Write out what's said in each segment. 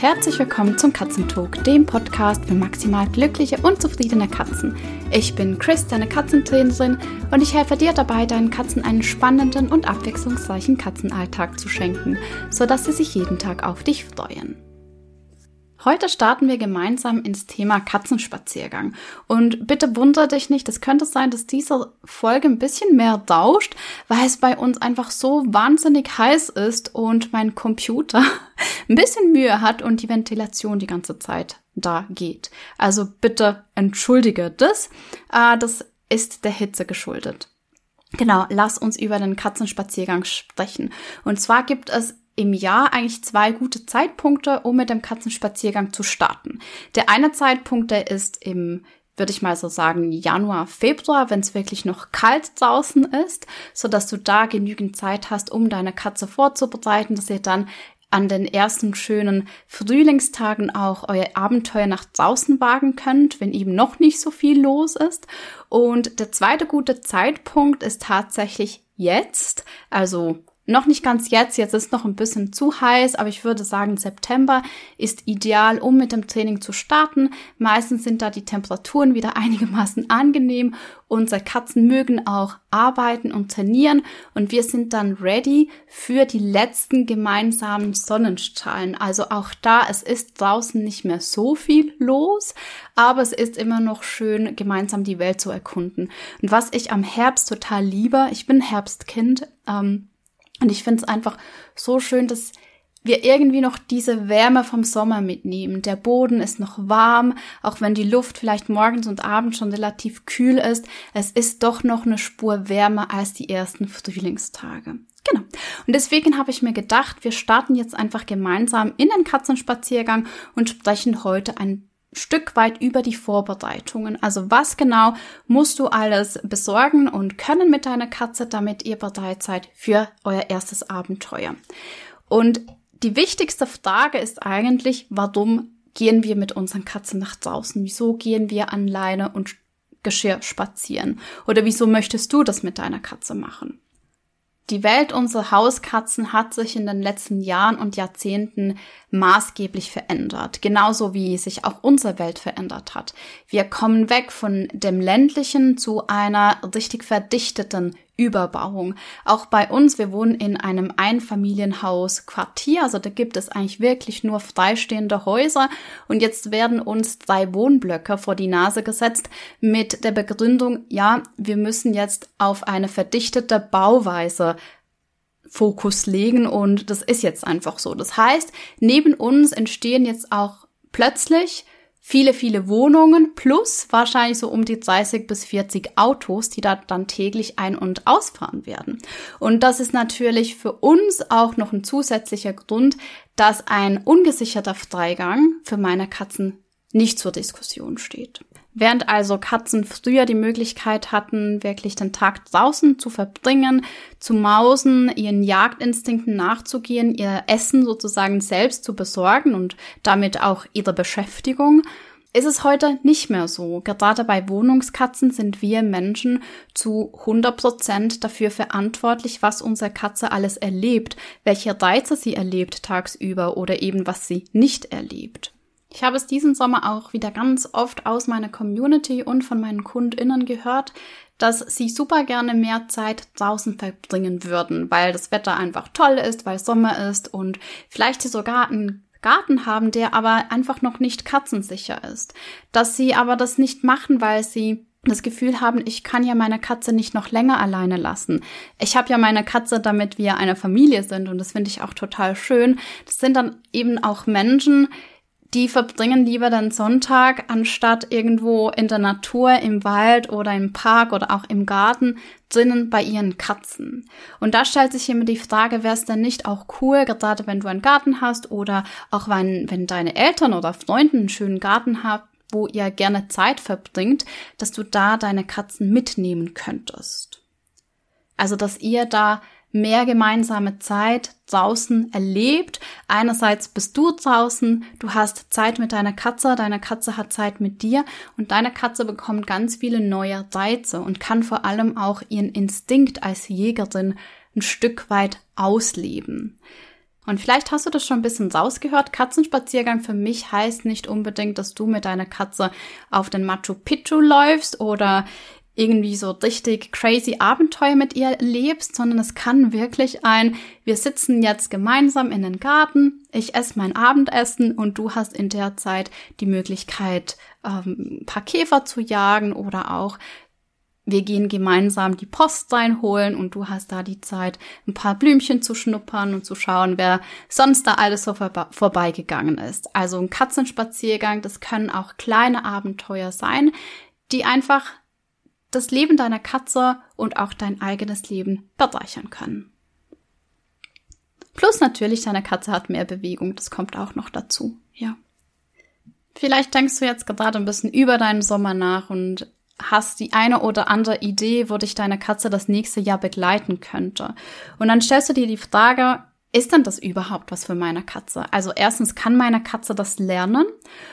Herzlich willkommen zum Katzentalk, dem Podcast für maximal glückliche und zufriedene Katzen. Ich bin Chris, deine Katzentrainerin, und ich helfe dir dabei, deinen Katzen einen spannenden und abwechslungsreichen Katzenalltag zu schenken, sodass sie sich jeden Tag auf dich freuen. Heute starten wir gemeinsam ins Thema Katzenspaziergang. Und bitte wundere dich nicht, es könnte sein, dass diese Folge ein bisschen mehr rauscht, weil es bei uns einfach so wahnsinnig heiß ist und mein Computer ein bisschen Mühe hat und die Ventilation die ganze Zeit da geht. Also bitte entschuldige das. Das ist der Hitze geschuldet. Genau, lass uns über den Katzenspaziergang sprechen. Und zwar gibt es im Jahr eigentlich 2 gute Zeitpunkte, um mit dem Katzenspaziergang zu starten. Der eine Zeitpunkt, der ist im, würde ich mal so sagen, Januar, Februar, wenn es wirklich noch kalt draußen ist, sodass du da genügend Zeit hast, um deine Katze vorzubereiten, dass ihr dann an den ersten schönen Frühlingstagen auch euer Abenteuer nach draußen wagen könnt, wenn eben noch nicht so viel los ist. Und der zweite gute Zeitpunkt ist tatsächlich jetzt, also noch nicht ganz jetzt ist noch ein bisschen zu heiß, aber ich würde sagen, September ist ideal, um mit dem Training zu starten. Meistens sind da die Temperaturen wieder einigermaßen angenehm. Unsere Katzen mögen auch arbeiten und trainieren und wir sind dann ready für die letzten gemeinsamen Sonnenstrahlen. Also auch da, es ist draußen nicht mehr so viel los, aber es ist immer noch schön, gemeinsam die Welt zu erkunden. Und was ich am Herbst total liebe, ich bin Herbstkind, und ich finde es einfach so schön, dass wir irgendwie noch diese Wärme vom Sommer mitnehmen. Der Boden ist noch warm, auch wenn die Luft vielleicht morgens und abends schon relativ kühl ist. Es ist doch noch eine Spur wärmer als die ersten Frühlingstage. Genau. Und deswegen habe ich mir gedacht, wir starten jetzt einfach gemeinsam in den Katzenspaziergang und sprechen heute ein Stück weit über die Vorbereitungen. Also was genau musst du alles besorgen und können mit deiner Katze, damit ihr bereit seid für euer erstes Abenteuer. Und die wichtigste Frage ist eigentlich, warum gehen wir mit unseren Katzen nach draußen? Wieso gehen wir an Leine und Geschirr spazieren? Oder wieso möchtest du das mit deiner Katze machen? Die Welt unserer Hauskatzen hat sich in den letzten Jahren und Jahrzehnten maßgeblich verändert, genauso wie sich auch unsere Welt verändert hat. Wir kommen weg von dem ländlichen zu einer richtig verdichteten Überbauung. Auch bei uns, wir wohnen in einem Einfamilienhaus-Quartier, also da gibt es eigentlich wirklich nur freistehende Häuser und jetzt werden uns 3 Wohnblöcke vor die Nase gesetzt mit der Begründung, ja, wir müssen jetzt auf eine verdichtete Bauweise Fokus legen und das ist jetzt einfach so. Das heißt, neben uns entstehen jetzt auch plötzlich viele Wohnungen plus wahrscheinlich so um die 30 bis 40 Autos, die da dann täglich ein- und ausfahren werden. Und das ist natürlich für uns auch noch ein zusätzlicher Grund, dass ein ungesicherter Freigang für meine Katzen nicht zur Diskussion steht. Während also Katzen früher die Möglichkeit hatten, wirklich den Tag draußen zu verbringen, zu mausen, ihren Jagdinstinkten nachzugehen, ihr Essen sozusagen selbst zu besorgen und damit auch ihre Beschäftigung, ist es heute nicht mehr so. Gerade bei Wohnungskatzen sind wir Menschen zu 100% dafür verantwortlich, was unsere Katze alles erlebt, welche Reize sie erlebt tagsüber oder eben was sie nicht erlebt. Ich habe es diesen Sommer auch wieder ganz oft aus meiner Community und von meinen KundInnen gehört, dass sie super gerne mehr Zeit draußen verbringen würden, weil das Wetter einfach toll ist, weil Sommer ist und vielleicht sie sogar einen Garten haben, der aber einfach noch nicht katzensicher ist. Dass sie aber das nicht machen, weil sie das Gefühl haben, ich kann ja meine Katze nicht noch länger alleine lassen. Ich habe ja meine Katze, damit wir eine Familie sind und das finde ich auch total schön. Das sind dann eben auch Menschen, die verbringen lieber den Sonntag, anstatt irgendwo in der Natur, im Wald oder im Park oder auch im Garten drinnen bei ihren Katzen. Und da stellt sich immer die Frage, wäre es denn nicht auch cool, gerade wenn du einen Garten hast oder auch wenn deine Eltern oder Freunde einen schönen Garten haben, wo ihr gerne Zeit verbringt, dass du da deine Katzen mitnehmen könntest. Also, dass ihr da mehr gemeinsame Zeit draußen erlebt. Einerseits bist du draußen, du hast Zeit mit deiner Katze hat Zeit mit dir und deine Katze bekommt ganz viele neue Reize und kann vor allem auch ihren Instinkt als Jägerin ein Stück weit ausleben. Und vielleicht hast du das schon ein bisschen rausgehört. Katzenspaziergang für mich heißt nicht unbedingt, dass du mit deiner Katze auf den Machu Picchu läufst oder irgendwie so richtig crazy Abenteuer mit ihr lebst, sondern es kann wirklich wir sitzen jetzt gemeinsam in den Garten, ich esse mein Abendessen und du hast in der Zeit die Möglichkeit, ein paar Käfer zu jagen oder auch wir gehen gemeinsam die Post reinholen und du hast da die Zeit, ein paar Blümchen zu schnuppern und zu schauen, wer sonst da alles so vorbeigegangen ist. Also ein Katzenspaziergang, das können auch kleine Abenteuer sein, die einfach das Leben deiner Katze und auch dein eigenes Leben bereichern können. Plus natürlich, deine Katze hat mehr Bewegung, das kommt auch noch dazu, ja. Vielleicht denkst du jetzt gerade ein bisschen über deinen Sommer nach und hast die eine oder andere Idee, wo dich deine Katze das nächste Jahr begleiten könnte. Und dann stellst du dir die Frage, ist denn das überhaupt was für meine Katze? Also erstens, kann meine Katze das lernen?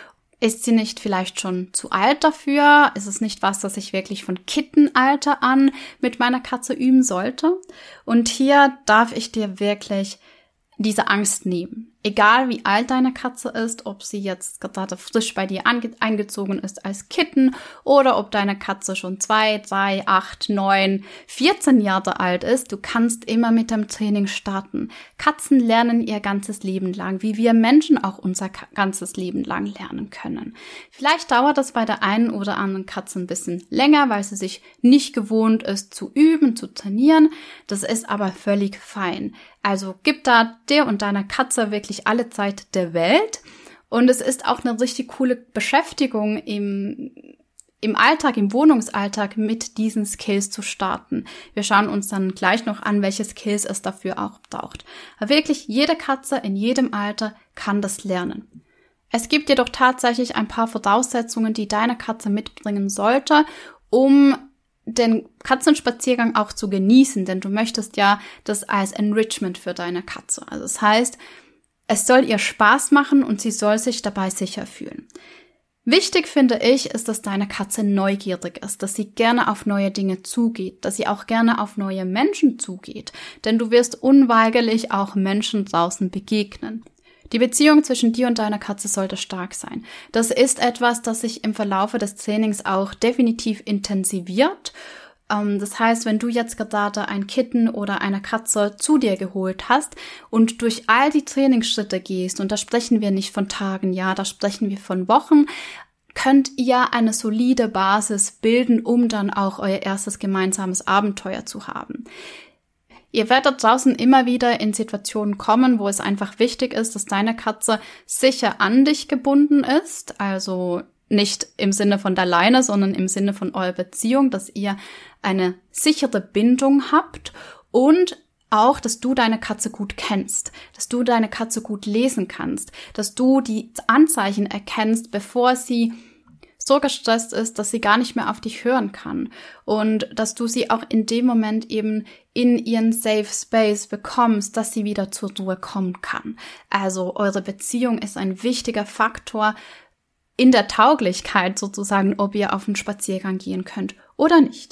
Ist sie nicht vielleicht schon zu alt dafür? Ist es nicht was, das ich wirklich von Kittenalter an mit meiner Katze üben sollte? Und hier darf ich dir wirklich diese Angst nehmen. Egal wie alt deine Katze ist, ob sie jetzt gerade frisch bei dir eingezogen ist als Kitten oder ob deine Katze schon 2, 3, 8, 9, 14 Jahre alt ist, du kannst immer mit dem Training starten. Katzen lernen ihr ganzes Leben lang, wie wir Menschen auch unser ganzes Leben lang lernen können. Vielleicht dauert das bei der einen oder anderen Katze ein bisschen länger, weil sie sich nicht gewohnt ist zu üben, zu trainieren. Das ist aber völlig fein. Also gib da dir und deiner Katze wirklich alle Zeit der Welt. Und es ist auch eine richtig coole Beschäftigung im Alltag, im Wohnungsalltag mit diesen Skills zu starten. Wir schauen uns dann gleich noch an, welche Skills es dafür auch braucht. Aber wirklich jede Katze in jedem Alter kann das lernen. Es gibt jedoch tatsächlich ein paar Voraussetzungen, die deine Katze mitbringen sollte, um den Katzenspaziergang auch zu genießen, denn du möchtest ja das als Enrichment für deine Katze. Also das heißt, es soll ihr Spaß machen und sie soll sich dabei sicher fühlen. Wichtig finde ich, ist, dass deine Katze neugierig ist, dass sie gerne auf neue Dinge zugeht, dass sie auch gerne auf neue Menschen zugeht, denn du wirst unweigerlich auch Menschen draußen begegnen. Die Beziehung zwischen dir und deiner Katze sollte stark sein. Das ist etwas, das sich im Verlaufe des Trainings auch definitiv intensiviert. Das heißt, wenn du jetzt gerade ein Kitten oder eine Katze zu dir geholt hast und durch all die Trainingsschritte gehst, und da sprechen wir nicht von Tagen, ja, da sprechen wir von Wochen, könnt ihr eine solide Basis bilden, um dann auch euer erstes gemeinsames Abenteuer zu haben. Ihr werdet draußen immer wieder in Situationen kommen, wo es einfach wichtig ist, dass deine Katze sicher an dich gebunden ist, also nicht im Sinne von der Leine, sondern im Sinne von eurer Beziehung, dass ihr eine sichere Bindung habt und auch, dass du deine Katze gut kennst, dass du deine Katze gut lesen kannst, dass du die Anzeichen erkennst, bevor sie so gestresst ist, dass sie gar nicht mehr auf dich hören kann und dass du sie auch in dem Moment eben in ihren Safe Space bekommst, dass sie wieder zur Ruhe kommen kann. Also eure Beziehung ist ein wichtiger Faktor in der Tauglichkeit sozusagen, ob ihr auf einen Spaziergang gehen könnt oder nicht.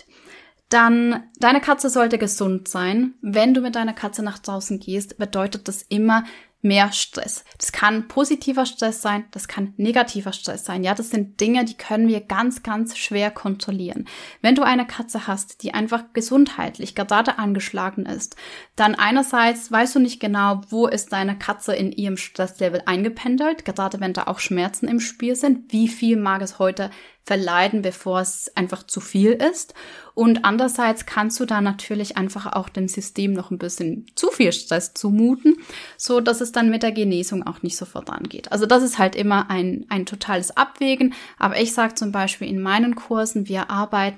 Dann, deine Katze sollte gesund sein. Wenn du mit deiner Katze nach draußen gehst, bedeutet das immer mehr Stress. Das kann positiver Stress sein, das kann negativer Stress sein. Ja, das sind Dinge, die können wir ganz, ganz schwer kontrollieren. Wenn du eine Katze hast, die einfach gesundheitlich gerade angeschlagen ist, dann einerseits weißt du nicht genau, wo ist deine Katze in ihrem Stresslevel eingependelt, gerade wenn da auch Schmerzen im Spiel sind. Wie viel mag es heute verleiden, bevor es einfach zu viel ist? Und andererseits kannst du da natürlich einfach auch dem System noch ein bisschen zu viel Stress zumuten, so dass es dann mit der Genesung auch nicht so vorangeht. Also das ist halt immer ein totales Abwägen. Aber ich sage zum Beispiel in meinen Kursen, wir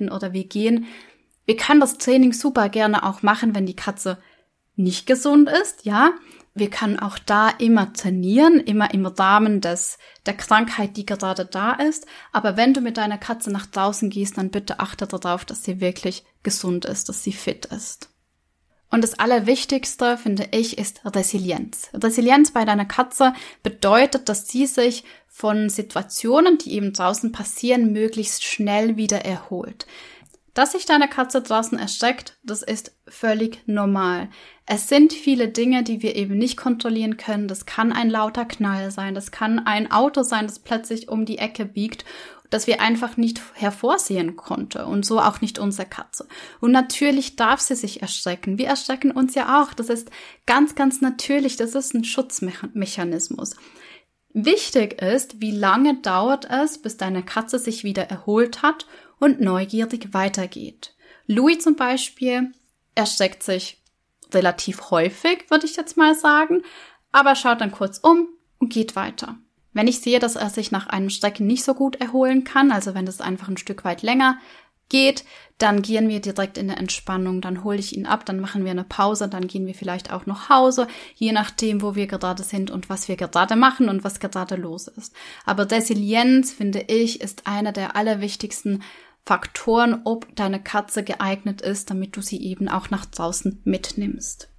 können das Training super gerne auch machen, wenn die Katze nicht gesund ist, ja. Wir können auch da immer trainieren, immer im Rahmen der Krankheit, die gerade da ist. Aber wenn du mit deiner Katze nach draußen gehst, dann bitte achte darauf, dass sie wirklich gesund ist, dass sie fit ist. Und das Allerwichtigste, finde ich, ist Resilienz. Resilienz bei deiner Katze bedeutet, dass sie sich von Situationen, die eben draußen passieren, möglichst schnell wieder erholt. Dass sich deine Katze draußen erschreckt, das ist völlig normal. Es sind viele Dinge, die wir eben nicht kontrollieren können. Das kann ein lauter Knall sein, das kann ein Auto sein, das plötzlich um die Ecke biegt, das wir einfach nicht hervorsehen konnten und so auch nicht unsere Katze. Und natürlich darf sie sich erschrecken. Wir erschrecken uns ja auch. Das ist ganz, ganz natürlich. Das ist ein Schutzmechanismus. Wichtig ist, wie lange dauert es, bis deine Katze sich wieder erholt hat und neugierig weitergeht. Louis zum Beispiel erschreckt sich relativ häufig, würde ich jetzt mal sagen, aber schaut dann kurz um und geht weiter. Wenn ich sehe, dass er sich nach einem Strecken nicht so gut erholen kann, also wenn es einfach ein Stück weit länger geht, dann gehen wir direkt in eine Entspannung, dann hole ich ihn ab, dann machen wir eine Pause, dann gehen wir vielleicht auch nach Hause, je nachdem, wo wir gerade sind und was wir gerade machen und was gerade los ist. Aber Resilienz, finde ich, ist einer der allerwichtigsten Faktoren, ob deine Katze geeignet ist, damit du sie eben auch nach draußen mitnimmst.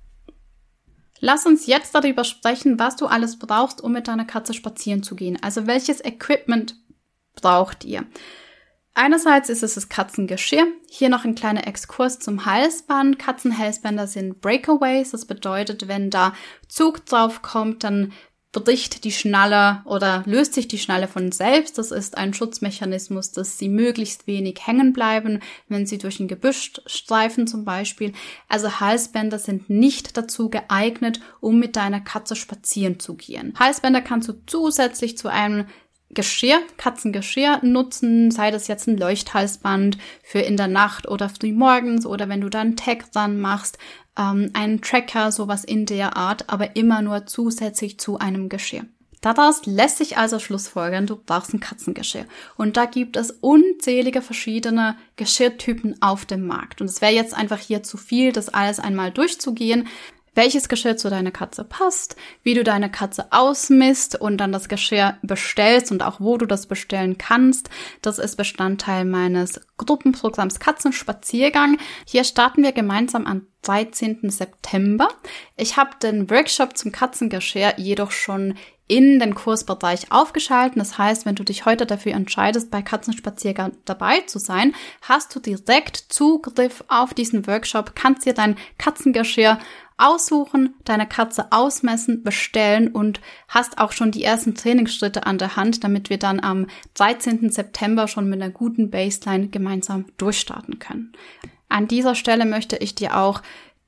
Lass uns jetzt darüber sprechen, was du alles brauchst, um mit deiner Katze spazieren zu gehen. Also welches Equipment braucht ihr? Einerseits ist es das Katzengeschirr. Hier noch ein kleiner Exkurs zum Halsband. Katzenhalsbänder sind Breakaways. Das bedeutet, wenn da Zug drauf kommt, dann bricht die Schnalle oder löst sich die Schnalle von selbst. Das ist ein Schutzmechanismus, dass sie möglichst wenig hängen bleiben, wenn sie durch ein Gebüsch streifen zum Beispiel. Also Halsbänder sind nicht dazu geeignet, um mit deiner Katze spazieren zu gehen. Halsbänder kannst du zusätzlich zu einem Geschirr, Katzengeschirr nutzen, sei das jetzt ein Leuchthalsband für in der Nacht oder früh morgens oder wenn du da einen Tag dran machst, einen Tracker, sowas in der Art, aber immer nur zusätzlich zu einem Geschirr. Daraus lässt sich also schlussfolgern, du brauchst ein Katzengeschirr. Und da gibt es unzählige verschiedene Geschirrtypen auf dem Markt. Und es wäre jetzt einfach hier zu viel, das alles einmal durchzugehen, welches Geschirr zu deiner Katze passt, wie du deine Katze ausmisst und dann das Geschirr bestellst und auch wo du das bestellen kannst. Das ist Bestandteil meines Gruppenprogramms Katzenspaziergang. Hier starten wir gemeinsam am 13. September. Ich habe den Workshop zum Katzengeschirr jedoch schon in den Kursbereich aufgeschaltet. Das heißt, wenn du dich heute dafür entscheidest, bei Katzenspaziergang dabei zu sein, hast du direkt Zugriff auf diesen Workshop, kannst dir dein Katzengeschirr aussuchen, deine Katze ausmessen, bestellen und hast auch schon die ersten Trainingsschritte an der Hand, damit wir dann am 13. September schon mit einer guten Baseline gemeinsam durchstarten können. An dieser Stelle möchte ich dir auch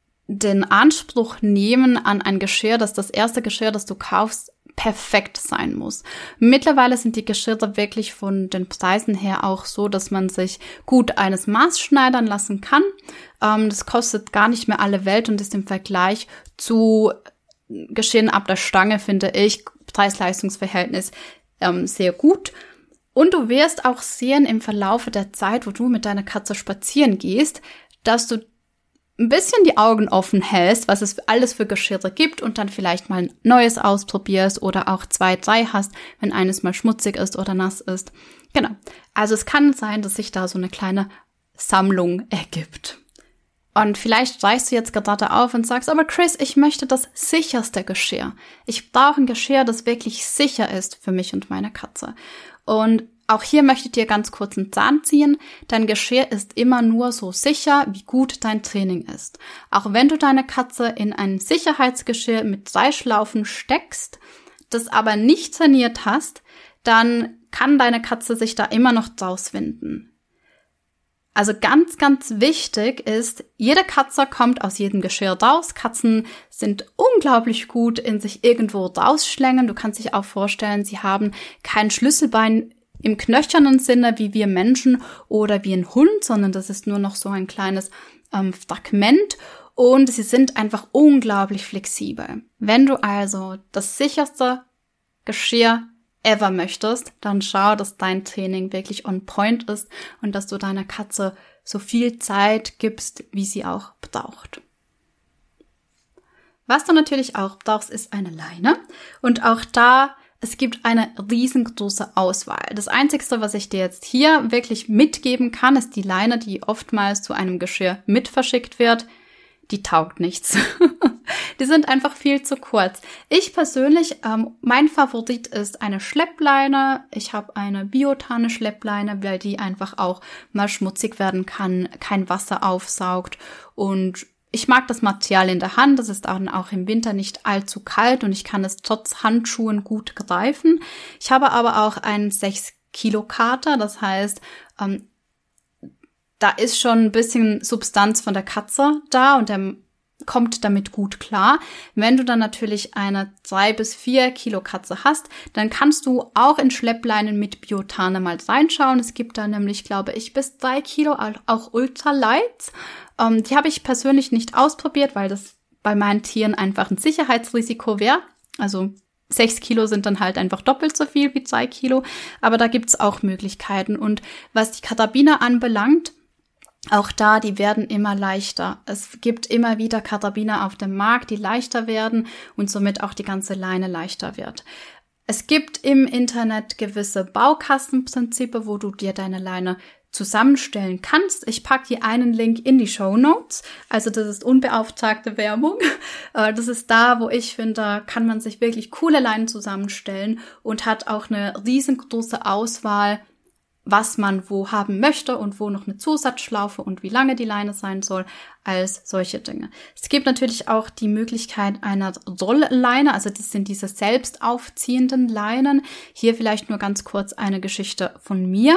den Anspruch nehmen an ein Geschirr, dass das erste Geschirr, das du kaufst, perfekt sein muss. Mittlerweile sind die Geschirre wirklich von den Preisen her auch so, dass man sich gut eines Maß schneidern lassen kann. Das kostet gar nicht mehr alle Welt und ist im Vergleich zu Geschirren ab der Stange, finde ich, Preis-Leistungs-Verhältnis sehr gut. Und du wirst auch sehen im Verlaufe der Zeit, wo du mit deiner Katze spazieren gehst, dass du ein bisschen die Augen offen hältst, was es alles für Geschirre gibt und dann vielleicht mal ein neues ausprobierst oder auch 2, 3 hast, wenn eines mal schmutzig ist oder nass ist. Genau. Also es kann sein, dass sich da so eine kleine Sammlung ergibt. Und vielleicht reichst du jetzt gerade auf und sagst, aber Chris, ich möchte das sicherste Geschirr. Ich brauche ein Geschirr, das wirklich sicher ist für mich und meine Katze. Und auch hier möchte ich dir ganz kurz einen Zahn ziehen. Dein Geschirr ist immer nur so sicher, wie gut dein Training ist. Auch wenn du deine Katze in ein Sicherheitsgeschirr mit 3 Schlaufen steckst, das aber nicht trainiert hast, dann kann deine Katze sich da immer noch rauswinden. Also ganz, ganz wichtig ist, jede Katze kommt aus jedem Geschirr raus. Katzen sind unglaublich gut in sich irgendwo rausschlängen. Du kannst dich auch vorstellen, sie haben kein Schlüsselbein im knöchernen Sinne wie wir Menschen oder wie ein Hund, sondern das ist nur noch so ein kleines Fragment und sie sind einfach unglaublich flexibel. Wenn du also das sicherste Geschirr ever möchtest, dann schau, dass dein Training wirklich on point ist und dass du deiner Katze so viel Zeit gibst, wie sie auch braucht. Was du natürlich auch brauchst, ist eine Leine und auch da es gibt eine riesengroße Auswahl. Das Einzige, was ich dir jetzt hier wirklich mitgeben kann, ist die Leine, die oftmals zu einem Geschirr mit verschickt wird. die taugt nichts. Die sind einfach viel zu kurz. Ich persönlich, mein Favorit ist eine Schleppleine. Ich habe eine Biotane-Schleppleine, weil die einfach auch mal schmutzig werden kann, kein Wasser aufsaugt. Und ich mag das Material in der Hand. Das ist auch im Winter nicht allzu kalt und ich kann es trotz Handschuhen gut greifen. Ich habe aber auch einen 6-Kilo-Kater. Das heißt, da ist schon ein bisschen Substanz von der Katze da und der kommt damit gut klar. Wenn du dann natürlich eine 3 bis 4 Kilo Katze hast, dann kannst du auch in Schleppleinen mit Biotane mal reinschauen. Es gibt da nämlich, glaube ich, bis 3 Kilo auch Ultralights. Die habe ich persönlich nicht ausprobiert, weil das bei meinen Tieren einfach ein Sicherheitsrisiko wäre. Also 6 Kilo sind dann halt einfach doppelt so viel wie 2 Kilo. Aber da gibt's auch Möglichkeiten. Und was die Karabiner anbelangt, auch da, die werden immer leichter. Es gibt immer wieder Karabiner auf dem Markt, die leichter werden und somit auch die ganze Leine leichter wird. Es gibt im Internet gewisse Baukastenprinzipien, wo du dir deine Leine zusammenstellen kannst. Ich packe dir einen Link in die Shownotes. Also das ist unbeauftragte Werbung. Das ist da, wo ich finde, da kann man sich wirklich coole Leinen zusammenstellen und hat auch eine riesengroße Auswahl, was man wo haben möchte und wo noch eine Zusatzschlaufe und wie lange die Leine sein soll, als solche Dinge. Es gibt natürlich auch die Möglichkeit einer Rollleine, also das sind diese selbst aufziehenden Leinen. Hier vielleicht nur ganz kurz eine Geschichte von mir.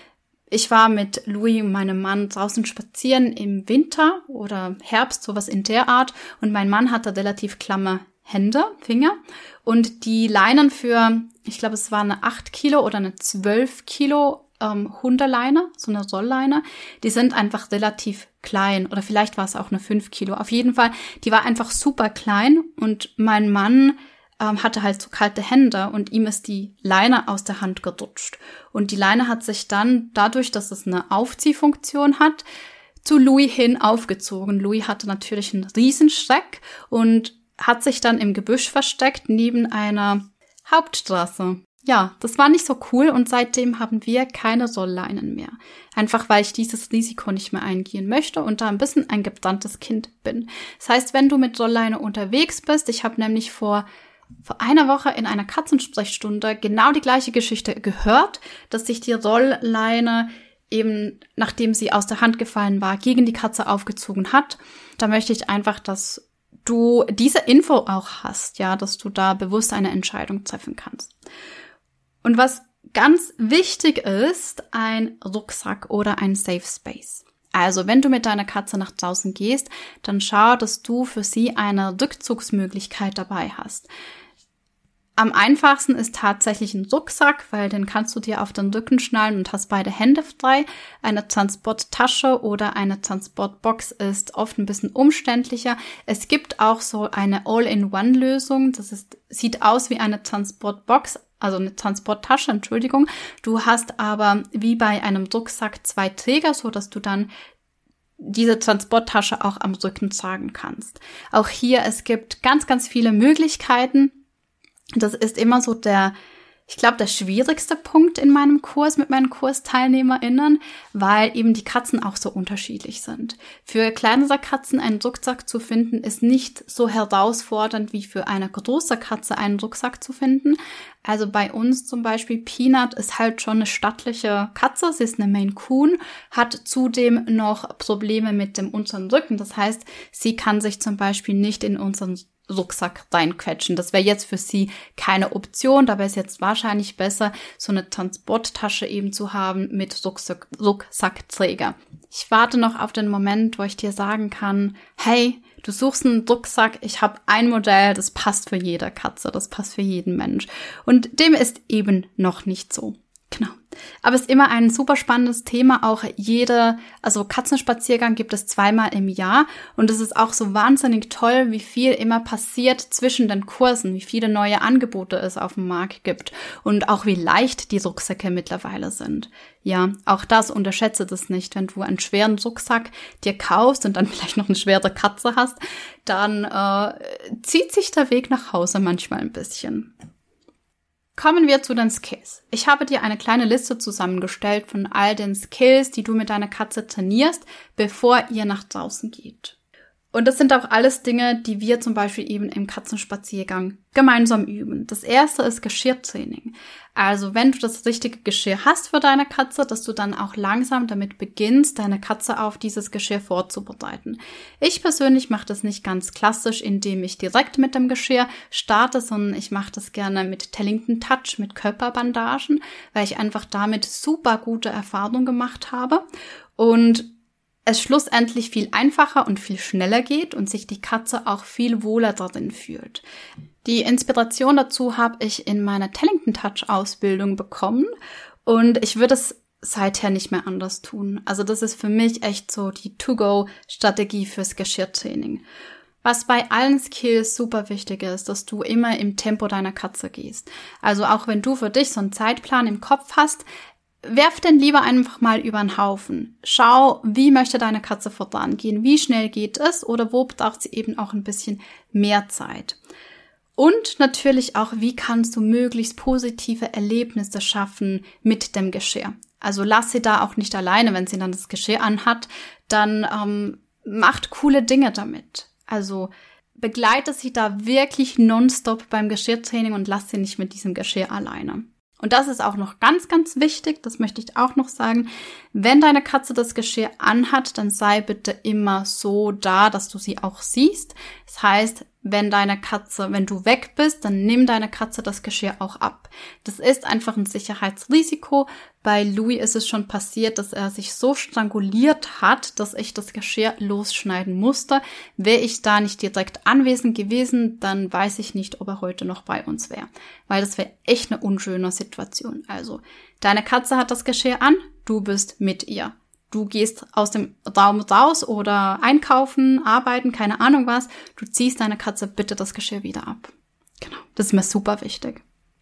Ich war mit Louis und meinem Mann draußen spazieren im Winter oder Herbst, sowas in der Art, und mein Mann hatte relativ klamme Finger, und die Leinen für, ich glaube, es war eine 8 Kilo oder eine 12 Kilo Hundeleine, so eine Rollleine, die sind einfach relativ klein, oder vielleicht war es auch eine 5 Kilo. Auf jeden Fall, die war einfach super klein und mein Mann hatte halt so kalte Hände und ihm ist die Leine aus der Hand gerutscht. Und die Leine hat sich dann, dadurch, dass es eine Aufziehfunktion hat, zu Louis hin aufgezogen. Louis hatte natürlich einen Riesenschreck und hat sich dann im Gebüsch versteckt, neben einer Hauptstraße. Ja, das war nicht so cool und seitdem haben wir keine Rollleinen mehr. Einfach, weil ich dieses Risiko nicht mehr eingehen möchte und da ein bisschen ein gebranntes Kind bin. Das heißt, wenn du mit Rollleine unterwegs bist, ich habe nämlich vor einer Woche in einer Katzensprechstunde genau die gleiche Geschichte gehört, dass sich die Rollleine eben, nachdem sie aus der Hand gefallen war, gegen die Katze aufgezogen hat. Da möchte ich einfach, dass du diese Info auch hast, ja, dass du da bewusst eine Entscheidung treffen kannst. Und was ganz wichtig ist, ein Rucksack oder ein Safe Space. Also wenn du mit deiner Katze nach draußen gehst, dann schau, dass du für sie eine Rückzugsmöglichkeit dabei hast. Am einfachsten ist tatsächlich ein Rucksack, weil den kannst du dir auf den Rücken schnallen und hast beide Hände frei. Eine Transporttasche oder eine Transportbox ist oft ein bisschen umständlicher. Es gibt auch so eine All-in-One-Lösung. Sieht aus wie eine Transportbox, also eine Transporttasche, Entschuldigung. Du hast aber wie bei einem Rucksack 2 Träger, so dass du dann diese Transporttasche auch am Rücken tragen kannst. Auch hier, es gibt ganz, ganz viele Möglichkeiten. Das ist immer so der schwierigste Punkt in meinem Kurs mit meinen KursteilnehmerInnen, weil eben die Katzen auch so unterschiedlich sind. Für kleinere Katzen einen Rucksack zu finden, ist nicht so herausfordernd wie für eine große Katze einen Rucksack zu finden. Also bei uns zum Beispiel, Peanut ist halt schon eine stattliche Katze, sie ist eine Maine Coon, hat zudem noch Probleme mit dem unteren Rücken. Das heißt, sie kann sich zum Beispiel nicht in unseren Rucksack reinquetschen. Das wäre jetzt für sie keine Option. Da wäre es jetzt wahrscheinlich besser, so eine Transporttasche eben zu haben mit Rucksackträger. Ich warte noch auf den Moment, wo ich dir sagen kann, hey, du suchst einen Rucksack, ich habe ein Modell, das passt für jede Katze, das passt für jeden Mensch. Und dem ist eben noch nicht so. Genau. Aber es ist immer ein super spannendes Thema. Auch Katzenspaziergang gibt es 2-mal im Jahr. Und es ist auch so wahnsinnig toll, wie viel immer passiert zwischen den Kursen, wie viele neue Angebote es auf dem Markt gibt und auch wie leicht die Rucksäcke mittlerweile sind. Ja, auch das, unterschätze das nicht. Wenn du einen schweren Rucksack dir kaufst und dann vielleicht noch eine schwere Katze hast, dann zieht sich der Weg nach Hause manchmal ein bisschen. Kommen wir zu den Skills. Ich habe dir eine kleine Liste zusammengestellt von all den Skills, die du mit deiner Katze trainierst, bevor ihr nach draußen geht. Und das sind auch alles Dinge, die wir zum Beispiel eben im Katzenspaziergang gemeinsam üben. Das erste ist Geschirrtraining. Also wenn du das richtige Geschirr hast für deine Katze, dass du dann auch langsam damit beginnst, deine Katze auf dieses Geschirr vorzubereiten. Ich persönlich mache das nicht ganz klassisch, indem ich direkt mit dem Geschirr starte, sondern ich mache das gerne mit Tellington Touch, mit Körperbandagen, weil ich einfach damit super gute Erfahrungen gemacht habe und es schlussendlich viel einfacher und viel schneller geht und sich die Katze auch viel wohler darin fühlt. Die Inspiration dazu habe ich in meiner Tellington Touch Ausbildung bekommen und ich würde es seither nicht mehr anders tun. Also das ist für mich echt so die To-Go-Strategie fürs Geschirrtraining. Was bei allen Skills super wichtig ist, dass du immer im Tempo deiner Katze gehst. Also auch wenn du für dich so einen Zeitplan im Kopf hast, werf den lieber einfach mal über den Haufen. Schau, wie möchte deine Katze vorangehen, wie schnell geht es oder wo braucht sie eben auch ein bisschen mehr Zeit. Und natürlich auch, wie kannst du möglichst positive Erlebnisse schaffen mit dem Geschirr. Also lass sie da auch nicht alleine, wenn sie dann das Geschirr anhat, dann macht coole Dinge damit. Also begleite sie da wirklich nonstop beim Geschirrtraining und lass sie nicht mit diesem Geschirr alleine. Und das ist auch noch ganz, ganz wichtig, das möchte ich auch noch sagen. Wenn deine Katze das Geschirr anhat, dann sei bitte immer so da, dass du sie auch siehst. Das heißt, wenn du weg bist, dann nimm deine Katze das Geschirr auch ab. Das ist einfach ein Sicherheitsrisiko. Bei Louis ist es schon passiert, dass er sich so stranguliert hat, dass ich das Geschirr losschneiden musste. Wäre ich da nicht direkt anwesend gewesen, dann weiß ich nicht, ob er heute noch bei uns wäre. Weil das wäre echt eine unschöne Situation. Also, deine Katze hat das Geschirr an, du bist mit ihr. Du gehst aus dem Raum raus oder einkaufen, arbeiten, keine Ahnung was. Du ziehst deine Katze bitte das Geschirr wieder ab. Genau, das ist mir super wichtig.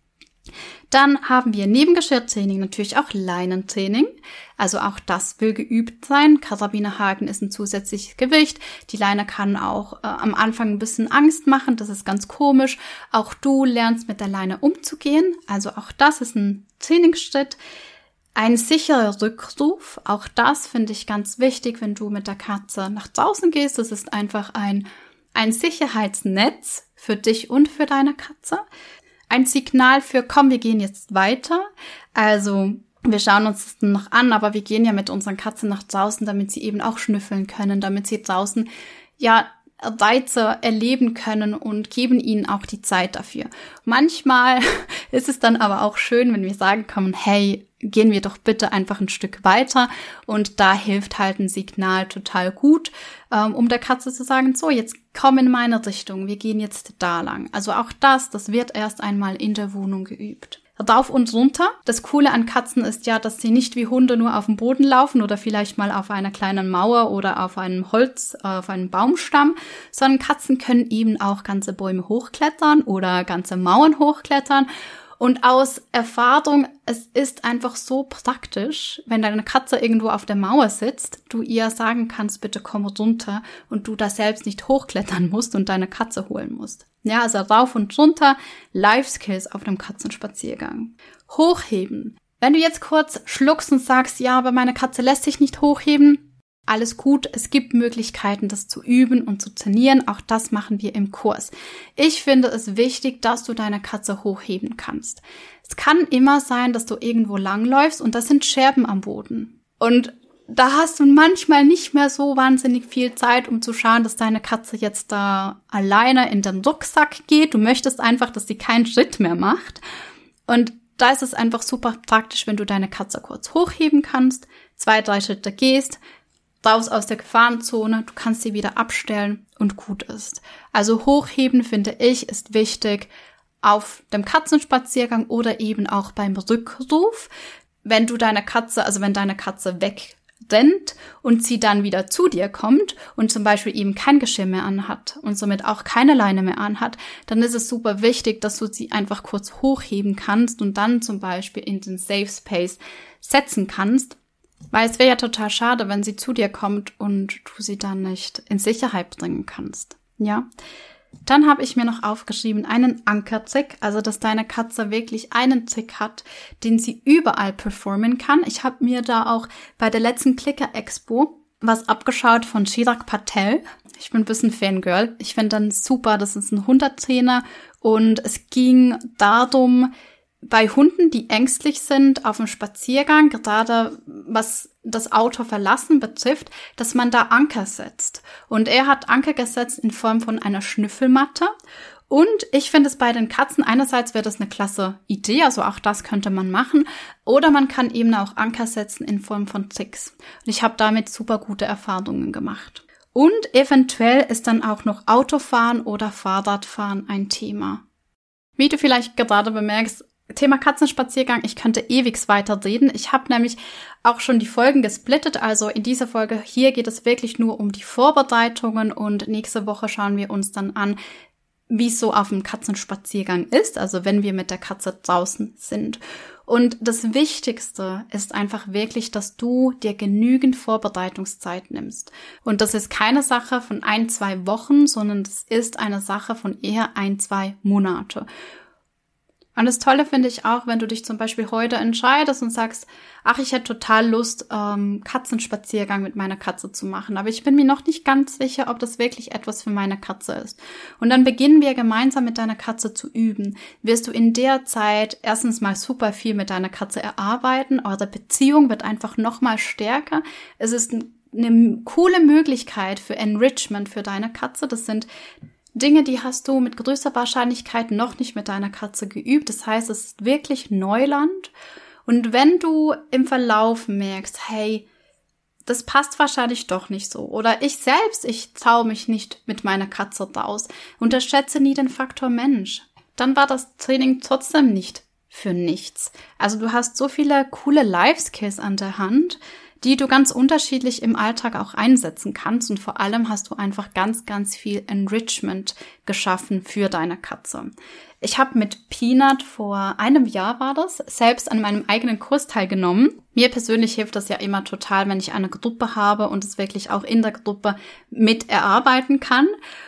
Dann haben wir neben Geschirrtraining natürlich auch Leinentraining. Also auch das will geübt sein. Karabinerhaken ist ein zusätzliches Gewicht. Die Leine kann auch am Anfang ein bisschen Angst machen. Das ist ganz komisch. Auch du lernst mit der Leine umzugehen. Also auch das ist ein Trainingsschritt. Ein sicherer Rückruf, auch das finde ich ganz wichtig, wenn du mit der Katze nach draußen gehst. Das ist einfach ein Sicherheitsnetz für dich und für deine Katze. Ein Signal für, komm, wir gehen jetzt weiter. Also wir schauen uns das noch an, aber wir gehen ja mit unseren Katzen nach draußen, damit sie eben auch schnüffeln können, damit sie draußen Reize erleben können und geben ihnen auch die Zeit dafür. Manchmal ist es dann aber auch schön, wenn wir sagen können, hey, gehen wir doch bitte einfach ein Stück weiter, und da hilft halt ein Signal total gut, um der Katze zu sagen, so, jetzt komm in meine Richtung, wir gehen jetzt da lang. Also auch das wird erst einmal in der Wohnung geübt. Rauf und runter. Das Coole an Katzen ist ja, dass sie nicht wie Hunde nur auf dem Boden laufen oder vielleicht mal auf einer kleinen Mauer oder auf einem auf einem Baumstamm, sondern Katzen können eben auch ganze Bäume hochklettern oder ganze Mauern hochklettern. Und aus Erfahrung, es ist einfach so praktisch, wenn deine Katze irgendwo auf der Mauer sitzt, du ihr sagen kannst, bitte komm runter, und du da selbst nicht hochklettern musst und deine Katze holen musst. Ja, also rauf und runter, Life-Skills auf dem Katzenspaziergang. Hochheben. Wenn du jetzt kurz schluckst und sagst, ja, aber meine Katze lässt sich nicht hochheben, alles gut, es gibt Möglichkeiten, das zu üben und zu trainieren. Auch das machen wir im Kurs. Ich finde es wichtig, dass du deine Katze hochheben kannst. Es kann immer sein, dass du irgendwo langläufst und da sind Scherben am Boden. Und da hast du manchmal nicht mehr so wahnsinnig viel Zeit, um zu schauen, dass deine Katze jetzt da alleine in den Rucksack geht. Du möchtest einfach, dass sie keinen Schritt mehr macht. Und da ist es einfach super praktisch, wenn du deine Katze kurz hochheben kannst, 2-3 Schritte gehst, raus aus der Gefahrenzone, du kannst sie wieder abstellen und gut ist. Also hochheben, finde ich, ist wichtig auf dem Katzenspaziergang oder eben auch beim Rückruf. Wenn deine Katze wegrennt und sie dann wieder zu dir kommt und zum Beispiel eben kein Geschirr mehr anhat und somit auch keine Leine mehr anhat, dann ist es super wichtig, dass du sie einfach kurz hochheben kannst und dann zum Beispiel in den Safe Space setzen kannst. Weil es wäre ja total schade, wenn sie zu dir kommt und du sie dann nicht in Sicherheit bringen kannst. Ja. Dann habe ich mir noch aufgeschrieben, einen Ankertrick, also dass deine Katze wirklich einen Trick hat, den sie überall performen kann. Ich habe mir da auch bei der letzten Clicker Expo was abgeschaut von Chirag Patel. Ich bin ein bisschen Fangirl. Ich finde dann super, das ist ein Hundetrainer und es ging darum, bei Hunden, die ängstlich sind auf dem Spaziergang, gerade was das Auto verlassen betrifft, dass man da Anker setzt. Und er hat Anker gesetzt in Form von einer Schnüffelmatte. Und ich finde es bei den Katzen, einerseits wäre das eine klasse Idee, also auch das könnte man machen. Oder man kann eben auch Anker setzen in Form von Tricks. Und ich habe damit super gute Erfahrungen gemacht. Und eventuell ist dann auch noch Autofahren oder Fahrradfahren ein Thema. Wie du vielleicht gerade bemerkst, Thema Katzenspaziergang, ich könnte ewig weiter reden. Ich habe nämlich auch schon die Folgen gesplittet. Also in dieser Folge hier geht es wirklich nur um die Vorbereitungen und nächste Woche schauen wir uns dann an, wie es so auf dem Katzenspaziergang ist, also wenn wir mit der Katze draußen sind. Und das Wichtigste ist einfach wirklich, dass du dir genügend Vorbereitungszeit nimmst. Und das ist keine Sache von 1-2 Wochen, sondern das ist eine Sache von eher 1-2 Monate. Und das Tolle finde ich auch, wenn du dich zum Beispiel heute entscheidest und sagst, ach, ich hätte total Lust, Katzenspaziergang mit meiner Katze zu machen, aber ich bin mir noch nicht ganz sicher, ob das wirklich etwas für meine Katze ist. Und dann beginnen wir gemeinsam mit deiner Katze zu üben. Wirst du in der Zeit erstens mal super viel mit deiner Katze erarbeiten, eure Beziehung wird einfach noch mal stärker. Es ist eine coole Möglichkeit für Enrichment für deine Katze. Das sind Dinge, die hast du mit größter Wahrscheinlichkeit noch nicht mit deiner Katze geübt. Das heißt, es ist wirklich Neuland. Und wenn du im Verlauf merkst, hey, das passt wahrscheinlich doch nicht so. Oder ich traue mich nicht mit meiner Katze raus. Unterschätze nie den Faktor Mensch. Dann war das Training trotzdem nicht für nichts. Also du hast so viele coole Life-Skills an der Hand, die du ganz unterschiedlich im Alltag auch einsetzen kannst. Und vor allem hast du einfach ganz, ganz viel Enrichment geschaffen für deine Katze. Ich habe mit Peanut vor einem Jahr war das, selbst an meinem eigenen Kurs teilgenommen. Mir persönlich hilft das ja immer total, wenn ich eine Gruppe habe und es wirklich auch in der Gruppe mit erarbeiten kann.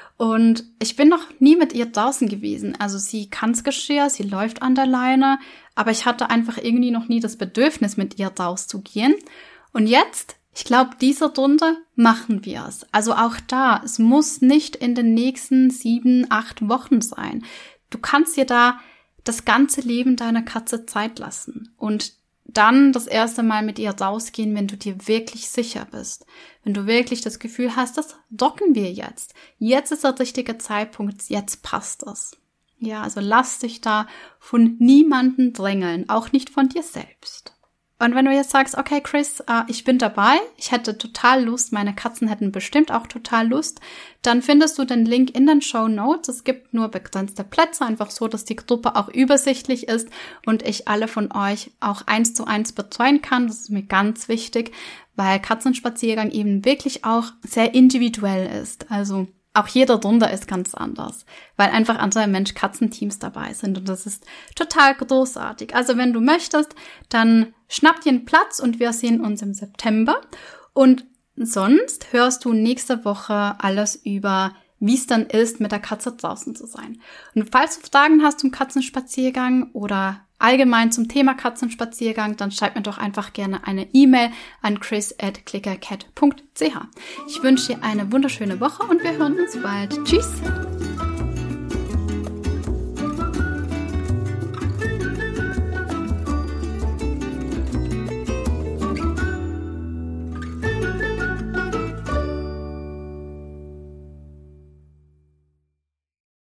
Und ich bin noch nie mit ihr draußen gewesen. Also sie kann's Geschirr, sie läuft an der Leine, aber ich hatte einfach irgendwie noch nie das Bedürfnis, mit ihr rauszugehen. Und jetzt, ich glaube, diese Runde machen wir es. Also auch da, es muss nicht in den nächsten 7-8 Wochen sein. Du kannst dir da das ganze Leben deiner Katze Zeit lassen und dann das erste Mal mit ihr rausgehen, wenn du dir wirklich sicher bist. Wenn du wirklich das Gefühl hast, das rocken wir jetzt. Jetzt ist der richtige Zeitpunkt, jetzt passt es. Ja, also lass dich da von niemandem drängeln, auch nicht von dir selbst. Und wenn du jetzt sagst, okay, Chris, ich bin dabei, ich hätte total Lust, meine Katzen hätten bestimmt auch total Lust, dann findest du den Link in den Shownotes. Es gibt nur begrenzte Plätze, einfach so, dass die Gruppe auch übersichtlich ist und ich alle von euch auch 1:1 betreuen kann. Das ist mir ganz wichtig, weil Katzenspaziergang eben wirklich auch sehr individuell ist. Also auch jede Runde ist ganz anders, weil einfach andere Mensch-Katzen-Teams dabei sind und das ist total großartig. Also wenn du möchtest, dann schnapp dir einen Platz und wir sehen uns im September. Und sonst hörst du nächste Woche alles über, wie es dann ist, mit der Katze draußen zu sein. Und falls du Fragen hast zum Katzenspaziergang oder allgemein zum Thema Katzenspaziergang, dann schreib mir doch einfach gerne eine E-Mail an chris@clickercat.ch. Ich wünsche dir eine wunderschöne Woche und wir hören uns bald. Tschüss!